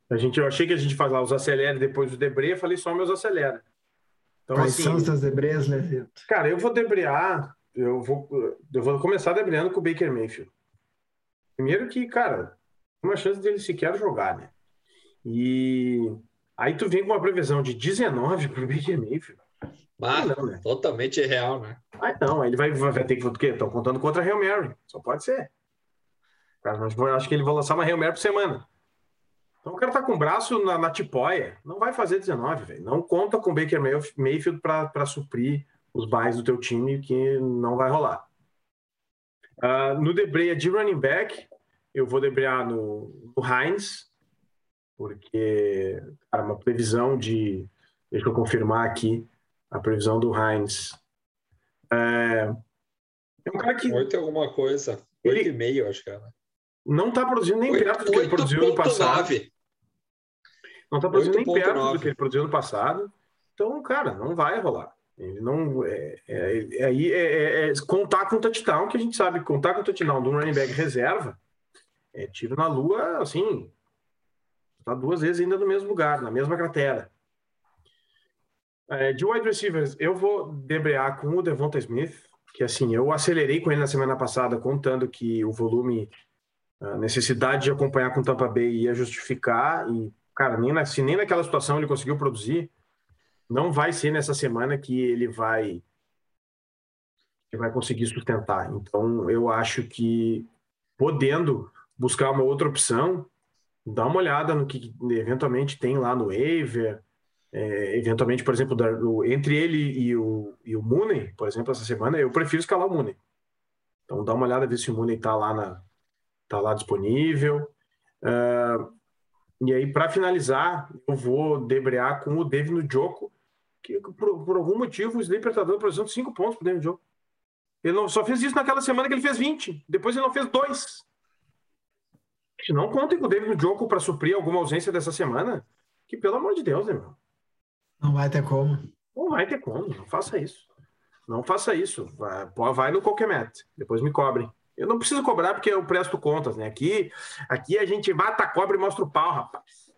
A gente, eu achei que a gente fazia os acelera depois do debré, eu falei só meus acelera. Então, Quais assim, são os teus debrés, Levito? cara, eu vou debrear, eu vou, eu vou começar debreando com o Baker Mayfield. Primeiro que, cara, tem uma chance dele sequer jogar, né? E aí tu vem com uma previsão de dezenove pro Baker Mayfield. Ah, Ah, não, né? totalmente irreal, né? Ah, não, aí ele vai, vai ter que... O quê? Estão contando contra a Hail Mary. Só pode ser. Cara, eu acho que ele vai lançar uma Hail Mary por semana. Então o cara tá com o braço na, na tipóia. Não vai fazer dezenove, velho. Não conta com o Baker Mayfield para suprir os buys do teu time, que não vai rolar. Uh, no debreia de running back, eu vou debrear no, no Hines, porque, cara, uma previsão de... Deixa eu confirmar aqui a previsão do Hines. É, é um cara que... Oito alguma coisa. Ele- Oito e meio, acho que era. não tá produzindo nem Oito- perto do que ele produziu no oito ponto passado. nove. Não tá produzindo nem oito ponto perto nove. do que ele produziu no passado. Então, cara, não vai rolar. Ele não... É, é, é, aí é, é, é contar com o touchdown, que a gente sabe que contar com o touchdown de um running back reserva é tiro na lua, assim... Tá duas vezes ainda no mesmo lugar, na mesma cratera. É, de wide receivers, eu vou debrear com o Devonta Smith, que assim, eu acelerei com ele na semana passada, contando que o volume, a necessidade de acompanhar com o Tampa Bay ia justificar, e, cara, nem na, se nem naquela situação ele conseguiu produzir, não vai ser nessa semana que ele vai, que vai conseguir sustentar. Então, eu acho que, podendo buscar uma outra opção, dá uma olhada no que eventualmente tem lá no waiver, é, eventualmente, por exemplo, da, o, entre ele e o, e o Mooney, por exemplo, essa semana, eu prefiro escalar o Mooney. Então dá uma olhada, ver se o Mooney está lá, na, tá lá disponível. Uh, e aí, para finalizar, eu vou debrear com o David Njoku, que por, por algum motivo o Sleeper está dando produção de cinco pontos para o David Njoku. Ele não, só fez isso naquela semana que ele fez vinte, depois ele não fez dois. Não contem com o David Njoku para suprir alguma ausência dessa semana, que pelo amor de Deus, né, meu? Não vai ter como. Não vai ter como, não faça isso. Não faça isso. Vai, vai no qualquer met, depois me cobrem. Eu não preciso cobrar porque eu presto contas, né? Aqui, aqui a gente bata, cobra e mostra o pau, rapaz.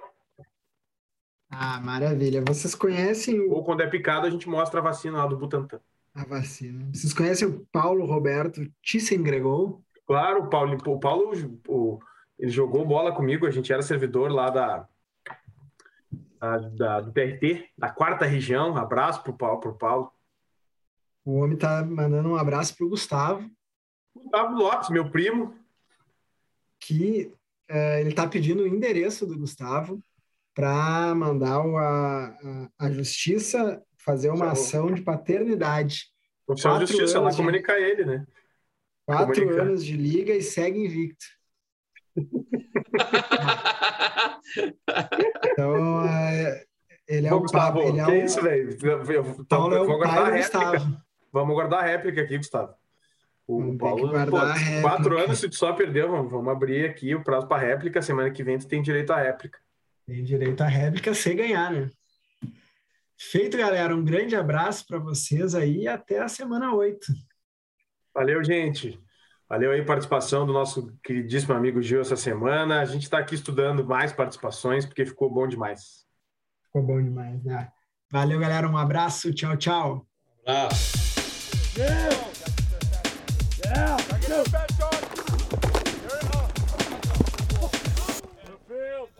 Ah, maravilha. Vocês conhecem o... Ou quando é picado, a gente mostra a vacina lá do Butantan. a vacina. Vocês conhecem o Paulo Roberto Thyssen-Gregol? Claro, o Paulo, o Paulo o, ele jogou bola comigo, a gente era servidor lá da, da, da do T R T, da quarta região. Abraço pro Paulo. Pro Paulo. O homem tá mandando um abraço pro Gustavo, Gustavo Lopes, meu primo. que eh, ele tá pedindo o endereço do Gustavo para mandar o, a, a, a justiça fazer uma ação de paternidade. Oficial de Quatro Justiça, lá anos de- comunicar ele, né? Quatro Comunicar. anos de liga e segue invicto. Então, eh, ele é Ô, o Gustavo, ele é que o- isso, velho? Eu- eu- Paulo é Vamos o guardar pai a do réplica. Gustavo. Vamos guardar a réplica aqui, Gustavo. O Vamos ter Paulo, que guardar pô, a réplica. quatro anos, se tu só perdeu, vamos, vamos abrir aqui o prazo para réplica. Semana que vem tu tem direito à réplica. Tem direito à réplica sem ganhar, né? Feito, galera. Um grande abraço para vocês aí e até a semana oito. Valeu, gente. Valeu aí a participação do nosso queridíssimo amigo Gil essa semana. A gente está aqui estudando mais participações, porque ficou bom demais. Ficou bom demais, né? Valeu, galera. Um abraço. Tchau, tchau. Ah. Yeah. Yeah.